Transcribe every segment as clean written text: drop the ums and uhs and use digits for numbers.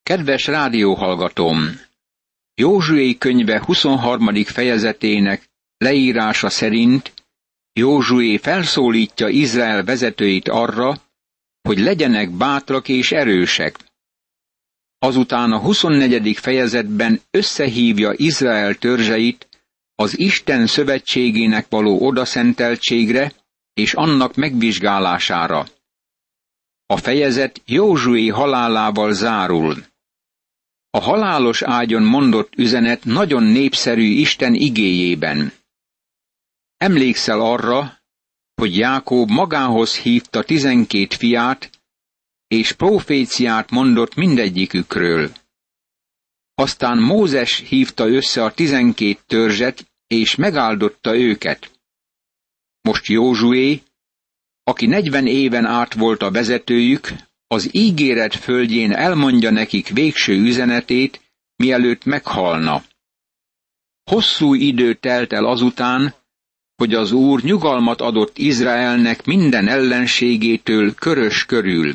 Kedves rádióhallgatóm! Józsué könyve 23. fejezetének leírása szerint Józsué felszólítja Izrael vezetőit arra, hogy legyenek bátrak és erősek. Azután a 24. fejezetben összehívja Izrael törzseit az Isten szövetségének való odaszenteltségre és annak megvizsgálására. A fejezet Józsué halálával zárul. A halálos ágyon mondott üzenet nagyon népszerű Isten igéjében. Emlékszel arra, hogy Jákob magához hívta 12 fiát, és próféciát mondott mindegyikükről. Aztán Mózes hívta össze a 12 törzset, és megáldotta őket. Most Józsué, aki 40 éven át volt a vezetőjük, az ígéret földjén elmondja nekik végső üzenetét, mielőtt meghalna. Hosszú idő telt el azután, hogy az Úr nyugalmat adott Izraelnek minden ellenségétől körös körül.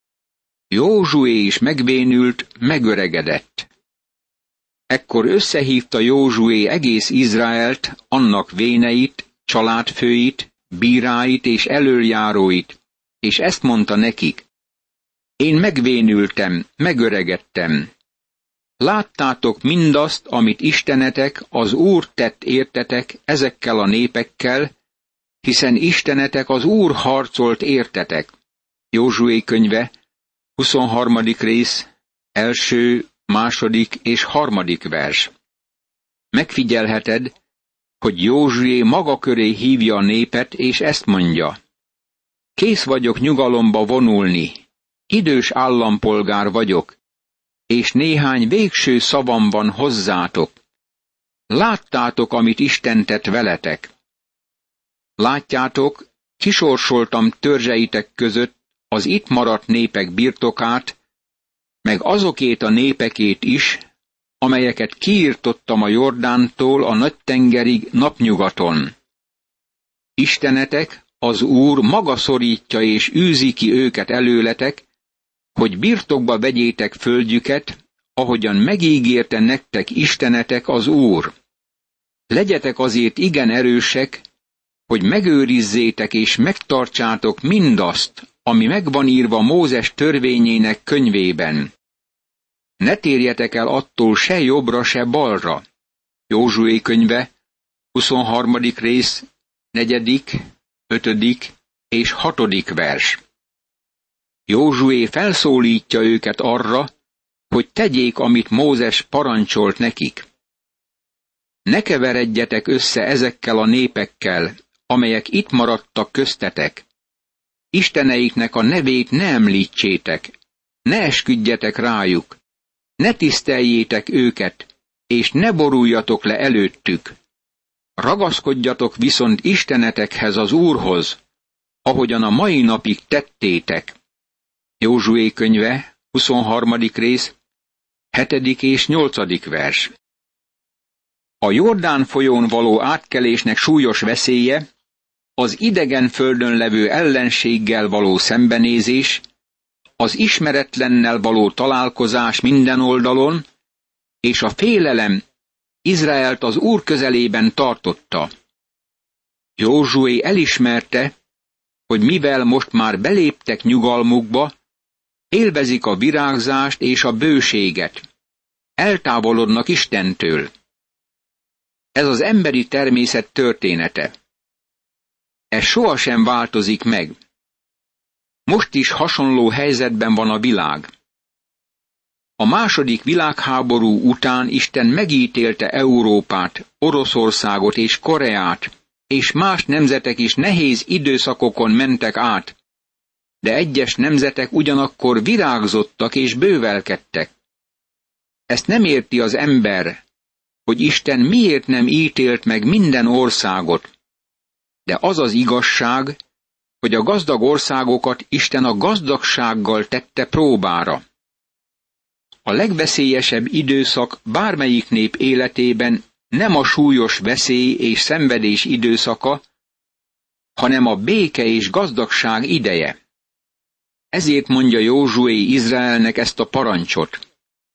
Józsué is megvénült, megöregedett. Ekkor összehívta Józsué egész Izraelt, annak véneit, családfőit, bíráit és elöljáróit, és ezt mondta nekik: én megvénültem, megöregedtem. Láttátok mindazt, amit Istenetek, az Úr tett értetek ezekkel a népekkel, hiszen Istenetek az Úr harcolt értetek. Józsué könyve, 23. rész, 1., 2. és 3. vers. Megfigyelheted, hogy Józsué maga köré hívja a népet, és ezt mondja: kész vagyok nyugalomba vonulni, idős állampolgár vagyok, és néhány végső szavam van hozzátok. Láttátok, amit Isten tett veletek. Látjátok, kisorsoltam törzseitek között az itt maradt népek birtokát, meg azokét a népekét is, amelyeket kiirtottam a Jordántól a Nagy-tengerig napnyugaton. Istenetek, az Úr maga szorítja és űzi ki őket előletek, hogy birtokba vegyétek földjüket, ahogyan megígérte nektek Istenetek az Úr. Legyetek azért igen erősek, hogy megőrizzétek és megtartsátok mindazt, ami megvan írva Mózes törvényének könyvében. Ne térjetek el attól se jobbra, se balra. Józsué könyve, 23. rész, 4., 5. és 6. vers. Józsué felszólítja őket arra, hogy tegyék, amit Mózes parancsolt nekik. Ne keveredjetek össze ezekkel a népekkel, amelyek itt maradtak köztetek. Isteneiknek a nevét ne említsétek, ne esküdjetek rájuk, ne tiszteljétek őket, és ne boruljatok le előttük. Ragaszkodjatok viszont Istenetekhez, az Úrhoz, ahogyan a mai napig tettétek. Józsué könyve, 23. rész, 7. és 8. vers. A Jordán folyón való átkelésnek súlyos veszélye, az idegen földön levő ellenséggel való szembenézés, az ismeretlennel való találkozás minden oldalon, és a félelem Izraelt az Úr közelében tartotta. Józsué elismerte, hogy mivel most már beléptek nyugalmukba, élvezik a virágzást és a bőséget. Eltávolodnak Istentől. Ez az emberi természet története. Ez sohasem változik meg. Most is hasonló helyzetben van a világ. A második világháború után Isten megítélte Európát, Oroszországot és Koreát, és más nemzetek is nehéz időszakokon mentek át, de egyes nemzetek ugyanakkor virágzottak és bővelkedtek. Ezt nem érti az ember, hogy Isten miért nem ítélt meg minden országot, de az az igazság, hogy a gazdag országokat Isten a gazdagsággal tette próbára. A legveszélyesebb időszak bármelyik nép életében nem a súlyos veszély és szenvedés időszaka, hanem a béke és gazdagság ideje. Ezért mondja Józsué Izraelnek ezt a parancsot.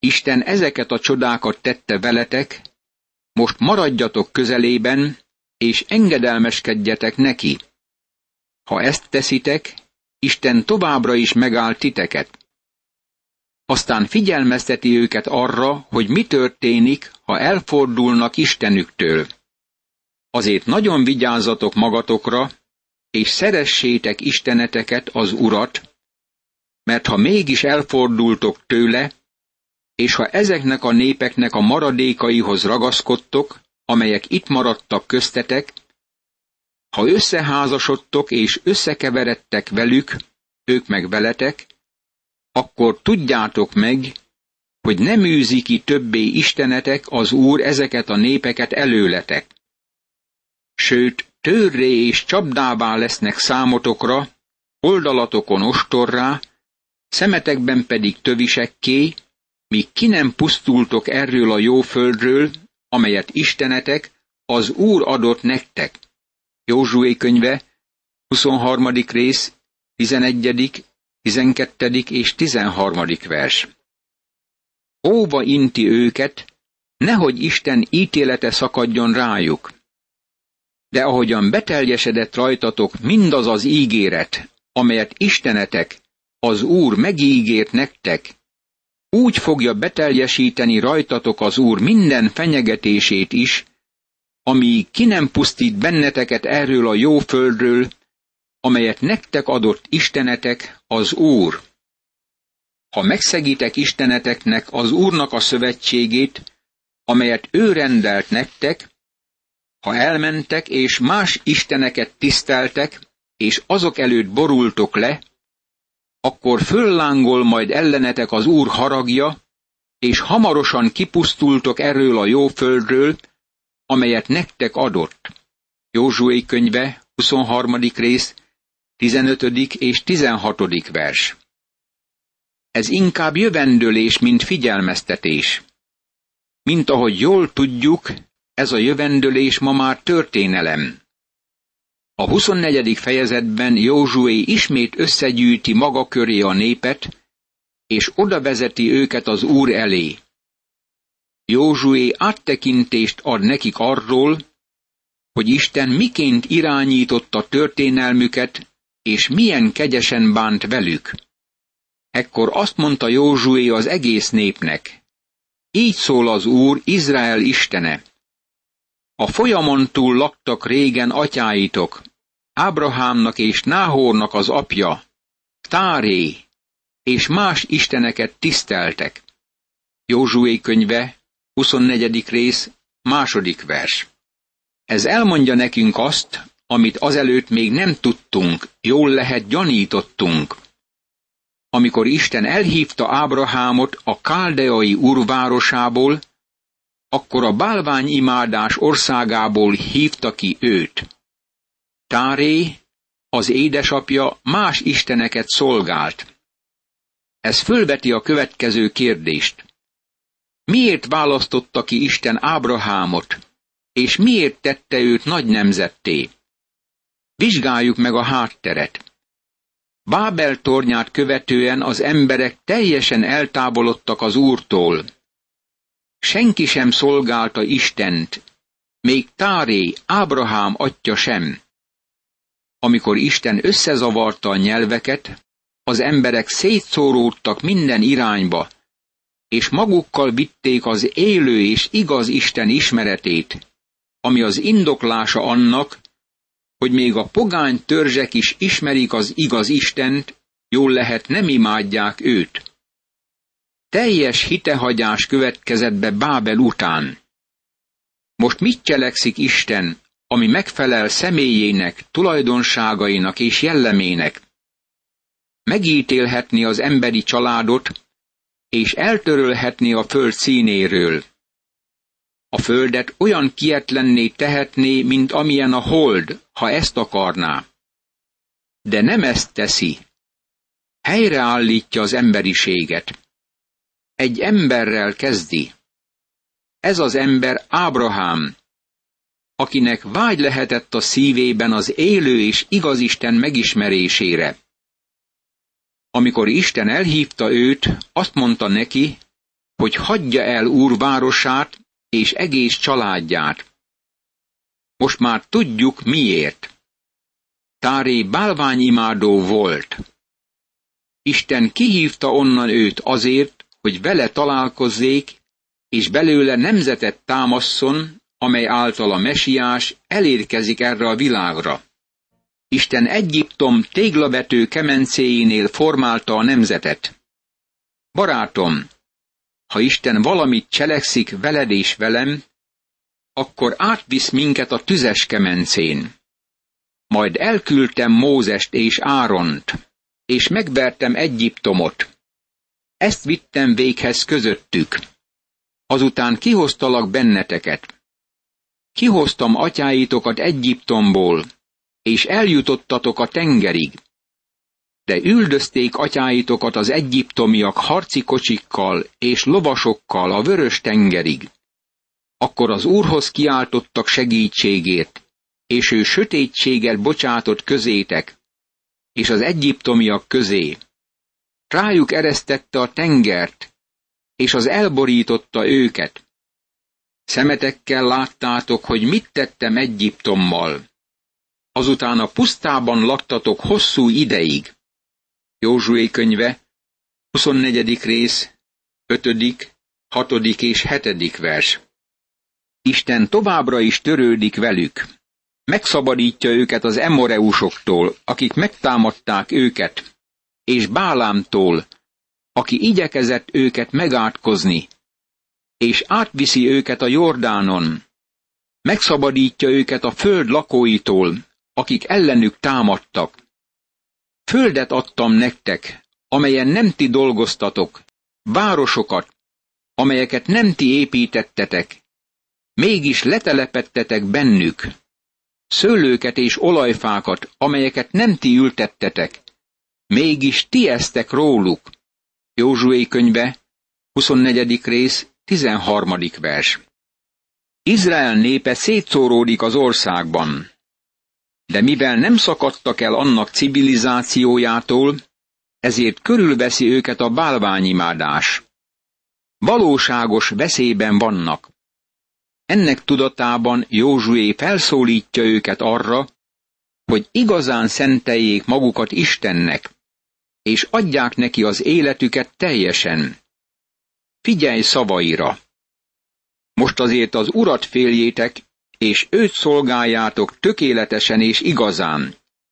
Isten ezeket a csodákat tette veletek, most maradjatok közelében, és engedelmeskedjetek neki. Ha ezt teszitek, Isten továbbra is megáll titeket. Aztán figyelmezteti őket arra, hogy mi történik, ha elfordulnak Istenüktől. Azért nagyon vigyázzatok magatokra, és szeressétek Isteneteket, az Urat, mert ha mégis elfordultok tőle, és ha ezeknek a népeknek a maradékaihoz ragaszkodtok, amelyek itt maradtak köztetek, ha összeházasodtok és összekeveredtek velük, ők meg veletek, akkor tudjátok meg, hogy nem űzi ki többé Istenetek, az Úr ezeket a népeket előletek. Sőt, törré és csapdává lesznek számotokra, oldalatokon ostorrá, szemetekben pedig tövisekké, míg ki nem pusztultok erről a jó földről, amelyet Istenetek, az Úr adott nektek. Józsué könyve, 23. rész, 11., 12. és 13. vers. Óva inti őket, nehogy Isten ítélete szakadjon rájuk. De ahogyan beteljesedett rajtatok mindaz az ígéret, amelyet Istenetek, az Úr megígért nektek, úgy fogja beteljesíteni rajtatok az Úr minden fenyegetését is, amíg ki nem pusztít benneteket erről a jó földről, amelyet nektek adott Istenetek, az Úr. Ha megszegítek Isteneteknek, az Úrnak a szövetségét, amelyet ő rendelt nektek, ha elmentek és más isteneket tiszteltek, és azok előtt borultok le, akkor föllángol majd ellenetek az Úr haragja, és hamarosan kipusztultok erről a jó földről, amelyet nektek adott. Józsué könyve, 23. rész, 15. és 16. vers. Ez inkább jövendőlés, mint figyelmeztetés. Mint ahogy jól tudjuk, ez a jövendőlés ma már történelem. A 24. fejezetben Józsué ismét összegyűjti maga köré a népet, és oda vezeti őket az Úr elé. Józsué áttekintést ad nekik arról, hogy Isten miként irányította történelmüket, és milyen kegyesen bánt velük. Ekkor azt mondta Józsué az egész népnek: így szól az Úr, Izrael istene. A folyamon túl laktak régen atyáitok, Ábrahámnak és Náhornak az apja, Táré, és más isteneket tiszteltek. Józsué könyve, 24. rész, 2. vers. Ez elmondja nekünk azt, amit azelőtt még nem tudtunk, jól lehet gyanítottunk. Amikor Isten elhívta Ábrahámot a káldeai Ur városából, akkor a bálványimádás országából hívta ki őt. Táré, az édesapja, más isteneket szolgált. Ez fölveti a következő kérdést. Miért választotta ki Isten Ábrahámot, és miért tette őt nagy nemzetté? Vizsgáljuk meg a hátteret. Bábel tornyát követően az emberek teljesen eltávolodtak az Úrtól. Senki sem szolgálta Istent, még Táré, Ábrahám atya sem. Amikor Isten összezavarta a nyelveket, az emberek szétszóródtak minden irányba, és magukkal vitték az élő és igaz Isten ismeretét, ami az indoklása annak, hogy még a pogány törzsek is ismerik az igaz Istent, jól lehet nem imádják őt. Teljes hitehagyás következett be Bábel után. Most mit cselekszik Isten, ami megfelel személyének, tulajdonságainak és jellemének? Megítélhetni az emberi családot, és eltörölhetni a föld színéről. A földet olyan kietlenné tehetné, mint amilyen a hold, ha ezt akarná. De nem ezt teszi. Helyreállítja az emberiséget. Egy emberrel kezdi. Ez az ember Ábrahám, akinek vágy lehetett a szívében az élő és igaz Isten megismerésére. Amikor Isten elhívta őt, azt mondta neki, hogy hagyja el Úr városát és egész családját. Most már tudjuk miért. Táré bálványimádó volt. Isten kihívta onnan őt azért, hogy vele találkozzék, és belőle nemzetet támasszon, amely által a mesiás elérkezik erre a világra. Isten Egyiptom téglavető kemencéjénél formálta a nemzetet. Barátom, ha Isten valamit cselekszik veled és velem, akkor átvisz minket a tüzes kemencén. Majd elküldtem Mózest és Áront, és megvertem Egyiptomot. Ezt vittem véghez közöttük. Azután kihoztalak benneteket. Kihoztam atyáitokat Egyiptomból, és eljutottatok a tengerig. De üldözték atyáitokat az egyiptomiak harci kocsikkal és lovasokkal a vörös tengerig. Akkor az Úrhoz kiáltottak segítségért, és ő sötétséget bocsátott közétek, és az egyiptomiak közé. Rájuk eresztette a tengert, és az elborította őket. Szemetekkel láttátok, hogy mit tettem Egyiptommal. Azután a pusztában laktatok hosszú ideig. Józsué könyve, 24. rész, 5., 6. és 7. vers. Isten továbbra is törődik velük. Megszabadítja őket az emoreusoktól, akik megtámadták őket, és Bálámtól, aki igyekezett őket megátkozni, és átviszi őket a Jordánon. Megszabadítja őket a föld lakóitól, akik ellenük támadtak. Földet adtam nektek, amelyen nem ti dolgoztatok, városokat, amelyeket nem ti építettetek, mégis letelepedtetek bennük, szőlőket és olajfákat, amelyeket nem ti ültettetek, mégis ti eztek róluk. Józsué könyve, 24. rész, 13. vers. Izrael népe szétszóródik az országban, de mivel nem szakadtak el annak civilizációjától, ezért körülveszi őket a bálványimádás. Valóságos veszélyben vannak. Ennek tudatában Józsué felszólítja őket arra, hogy igazán szenteljék magukat Istennek, és adják neki az életüket teljesen. Figyelj szavaira! Most azért az Urat féljétek, és őt szolgáljátok tökéletesen és igazán.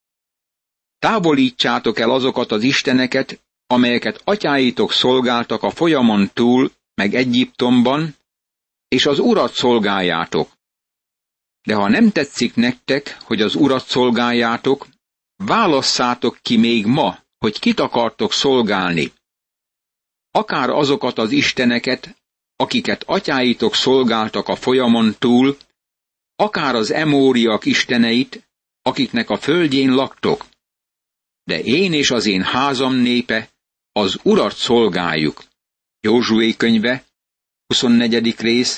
Távolítsátok el azokat az isteneket, amelyeket atyáitok szolgáltak a folyamon túl, meg Egyiptomban, és az Urat szolgáljátok. De ha nem tetszik nektek, hogy az Urat szolgáljátok, válasszátok ki még ma, hogy kit akartok szolgálni. Akár azokat az isteneket, akiket atyáitok szolgáltak a folyamon túl, akár az emóriak isteneit, akiknek a földjén laktok. De én és az én házam népe az Urat szolgáljuk. Józsué könyve, 24. rész,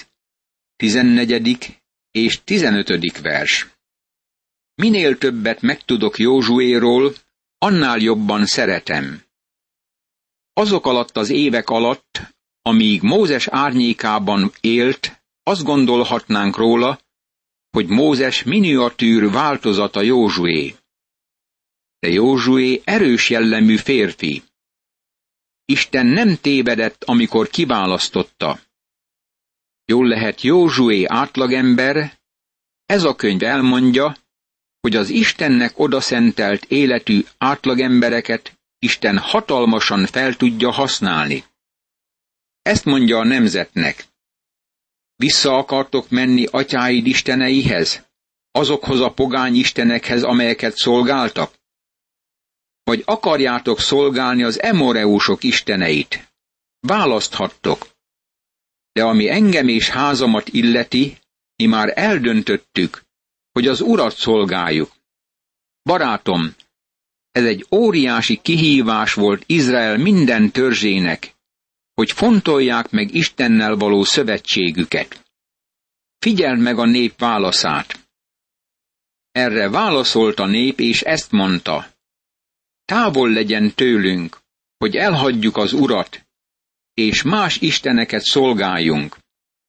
14. és 15. vers. Minél többet megtudok Józsuéról, annál jobban szeretem. Azok alatt az évek alatt, amíg Mózes árnyékában élt, azt gondolhatnánk róla, hogy Mózes miniatűr változata Józsué. De Józsué erős jellemű férfi. Isten nem tévedett, amikor kiválasztotta. Jól lehet Józsué átlagember, ez a könyv elmondja, hogy az Istennek odaszentelt életű átlagembereket Isten hatalmasan fel tudja használni. Ezt mondja a nemzetnek. Vissza akartok menni atyáid isteneihez, azokhoz a pogány istenekhez, amelyeket szolgáltak? Vagy akarjátok szolgálni az emoreusok isteneit? Választhattok. De ami engem és házamat illeti, mi már eldöntöttük, hogy az Urat szolgáljuk. Barátom, ez egy óriási kihívás volt Izrael minden törzsének, hogy fontolják meg Istennel való szövetségüket. Figyeld meg a nép válaszát. Erre válaszolt a nép, és ezt mondta: távol legyen tőlünk, hogy elhagyjuk az Urat, és más isteneket szolgáljunk.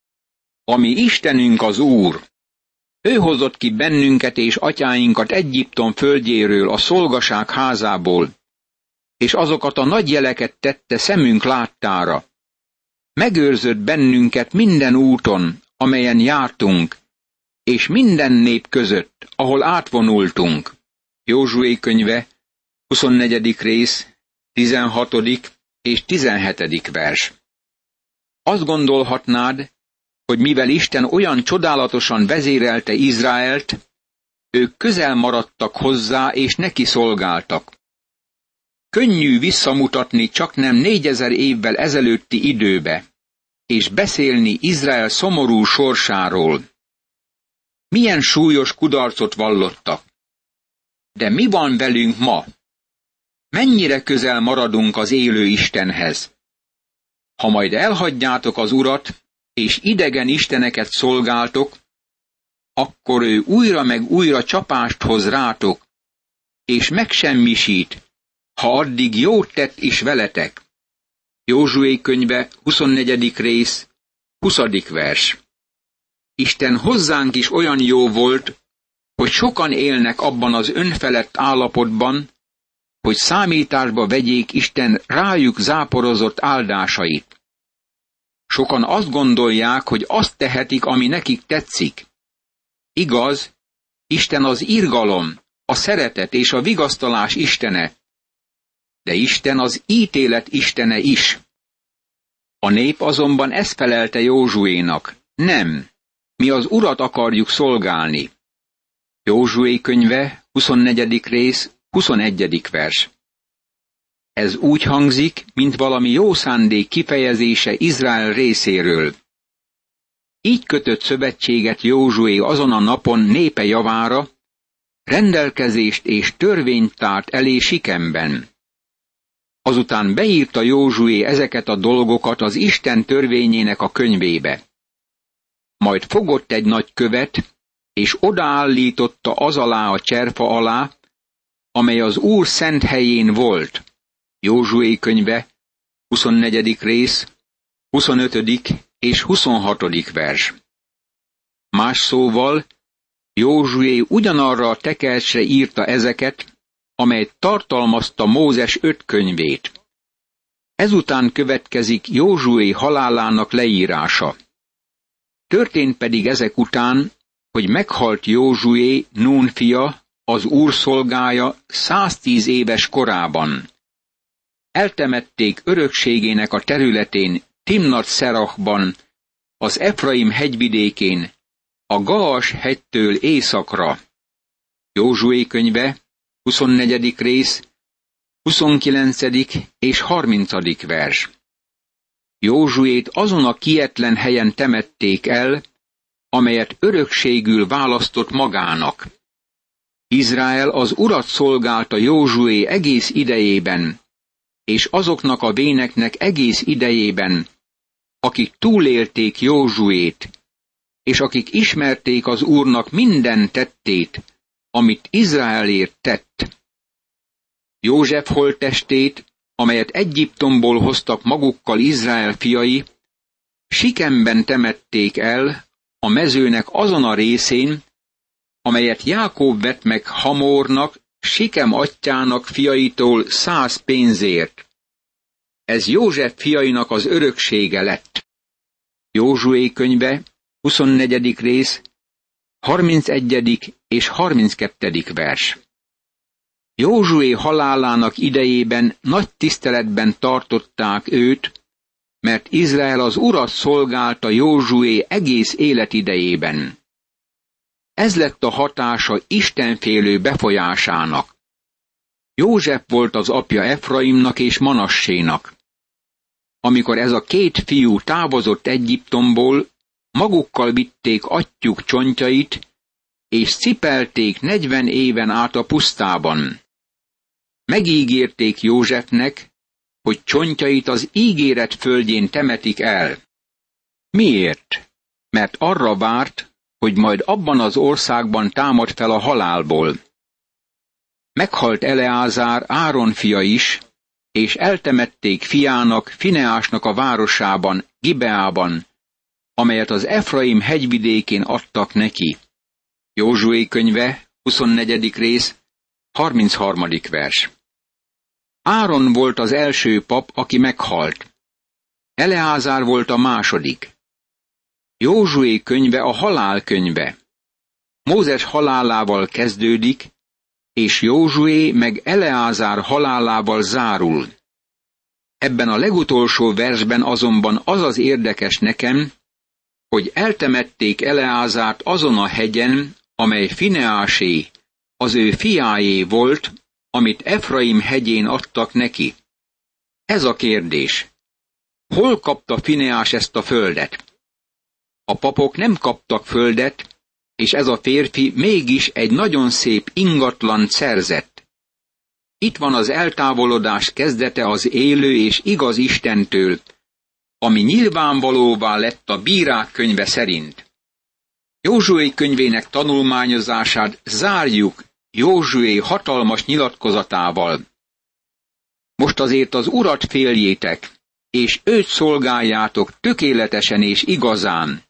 A mi Istenünk az Úr. Ő hozott ki bennünket és atyáinkat Egyiptom földjéről, a szolgaság házából, és azokat a nagy jeleket tette szemünk láttára. Megőrzött bennünket minden úton, amelyen jártunk, és minden nép között, ahol átvonultunk. Józsué könyve, 24. rész, 16. és 17. vers. Azt gondolhatnád, hogy mivel Isten olyan csodálatosan vezérelte Izraelt, ők közel maradtak hozzá és neki szolgáltak. Könnyű visszamutatni csaknem 4000 évvel ezelőtti időbe, és beszélni Izrael szomorú sorsáról. Milyen súlyos kudarcot vallottak. De mi van velünk ma? Mennyire közel maradunk az élő Istenhez? Ha majd elhagyjátok az Urat, és idegen isteneket szolgáltok, akkor ő újra meg újra csapást hoz rátok, és megsemmisít, ha addig jót tett is veletek. Józsué könyve, 24. rész, 20. vers. Isten hozzánk is olyan jó volt, hogy sokan élnek abban az önfelett állapotban, hogy számításba vegyék Isten rájuk záporozott áldásait. Sokan azt gondolják, hogy azt tehetik, ami nekik tetszik. Igaz, Isten az irgalom, a szeretet és a vigasztalás Istene, de Isten az ítélet Istene is. A nép azonban ezt felelte Józsuénak: nem, mi az Urat akarjuk szolgálni. Józsué könyve, 24. rész, 21. vers. Ez úgy hangzik, mint valami jó szándék kifejezése Izrael részéről. Így kötött szövetséget Józsué azon a napon népe javára, rendelkezést és törvényt tárt elé Sikemben. Azután beírta Józsué ezeket a dolgokat az Isten törvényének a könyvébe. Majd fogott egy nagy követ, és odaállította az alá a cserfa alá, amely az Úr szent helyén volt. Józsué könyve, 24. rész, 25. és 26. vers. Más szóval, Józsué ugyanarra a tekercsre írta ezeket, amely tartalmazta Mózes 5 könyvét. Ezután következik Józsué halálának leírása. Történt pedig ezek után, hogy meghalt Józsué, Nún fia, az Úr szolgája 110 éves korában. Eltemették örökségének a területén, Timnat-Szerachban, az Efraim hegyvidékén, a Gaas hegytől északra. Józsué könyve, 24. rész, 29. és 30. vers. Józsuét azon a kietlen helyen temették el, amelyet örökségül választott magának. Izrael az Urat szolgálta Józsué egész idejében, és azoknak a véneknek egész idejében, akik túlélték Józsuét, és akik ismerték az Úrnak minden tettét, amit Izraelért tett. József holttestét, amelyet Egyiptomból hoztak magukkal Izrael fiai, Sikemben temették el, a mezőnek azon a részén, amelyet Jákob vett meg Hamornak, Sikem atyjának fiaitól 100 pénzért. Ez József fiainak az öröksége lett. Józsué könyve, 24. rész, 31. és 32. vers. Józsué halálának idejében nagy tiszteletben tartották őt, mert Izrael az Urat szolgálta Józsué egész életidejében. Ez lett a hatása istenfélő befolyásának. József volt az apja Efraimnak és Manassénak. Amikor ez a 2 fiú távozott Egyiptomból, magukkal vitték atyjuk csontjait, és cipelték 40 éven át a pusztában. Megígérték Józsefnek, hogy csontjait az ígéret földjén temetik el. Miért? Mert arra várt, hogy majd abban az országban támad fel a halálból. Meghalt Eleázár, Áron fia is, és eltemették fiának, Fineásnak a városában, Gibeában, amelyet az Efraim hegyvidékén adtak neki. Józsué könyve, 24. rész, 33. vers. Áron volt az első pap, aki meghalt. Eleázár volt a második. Józsué könyve a halál könyve. Mózes halálával kezdődik, és Józsué meg Eleázár halálával zárul. Ebben a legutolsó versben azonban az az érdekes nekem, hogy eltemették Eleázárt azon a hegyen, amely Fineásé, az ő fiáé volt, amit Efraim hegyén adtak neki. Ez a kérdés. Hol kapta Fineás ezt a földet? A papok nem kaptak földet, és ez a férfi mégis egy nagyon szép ingatlant szerzett. Itt van az eltávolodás kezdete az élő és igaz Istentől, ami nyilvánvalóvá lett a Bírák könyve szerint. Józsué könyvének tanulmányozását zárjuk Józsué hatalmas nyilatkozatával. Most azért az Urat féljétek, és őt szolgáljátok tökéletesen és igazán.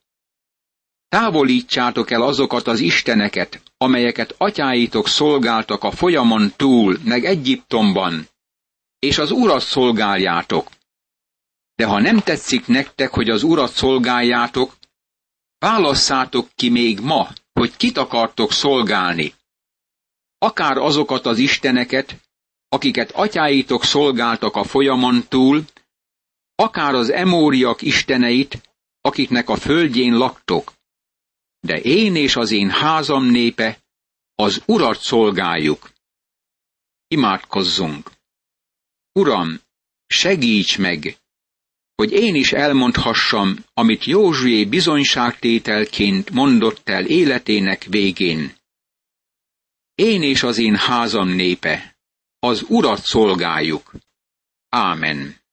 Távolítsátok el azokat az isteneket, amelyeket atyáitok szolgáltak a folyamon túl, meg Egyiptomban, és az Urat szolgáljátok. De ha nem tetszik nektek, hogy az Urat szolgáljátok, válasszátok ki még ma, hogy kit akartok szolgálni. Akár azokat az isteneket, akiket atyáitok szolgáltak a folyamon túl, akár az emóriak isteneit, akiknek a földjén laktok. De én és az én házam népe az Urat szolgáljuk. Imádkozzunk! Uram, segíts meg, hogy én is elmondhassam, amit Józsué bizonyságtételként mondott el életének végén. Én és az én házam népe az Urat szolgáljuk. Ámen.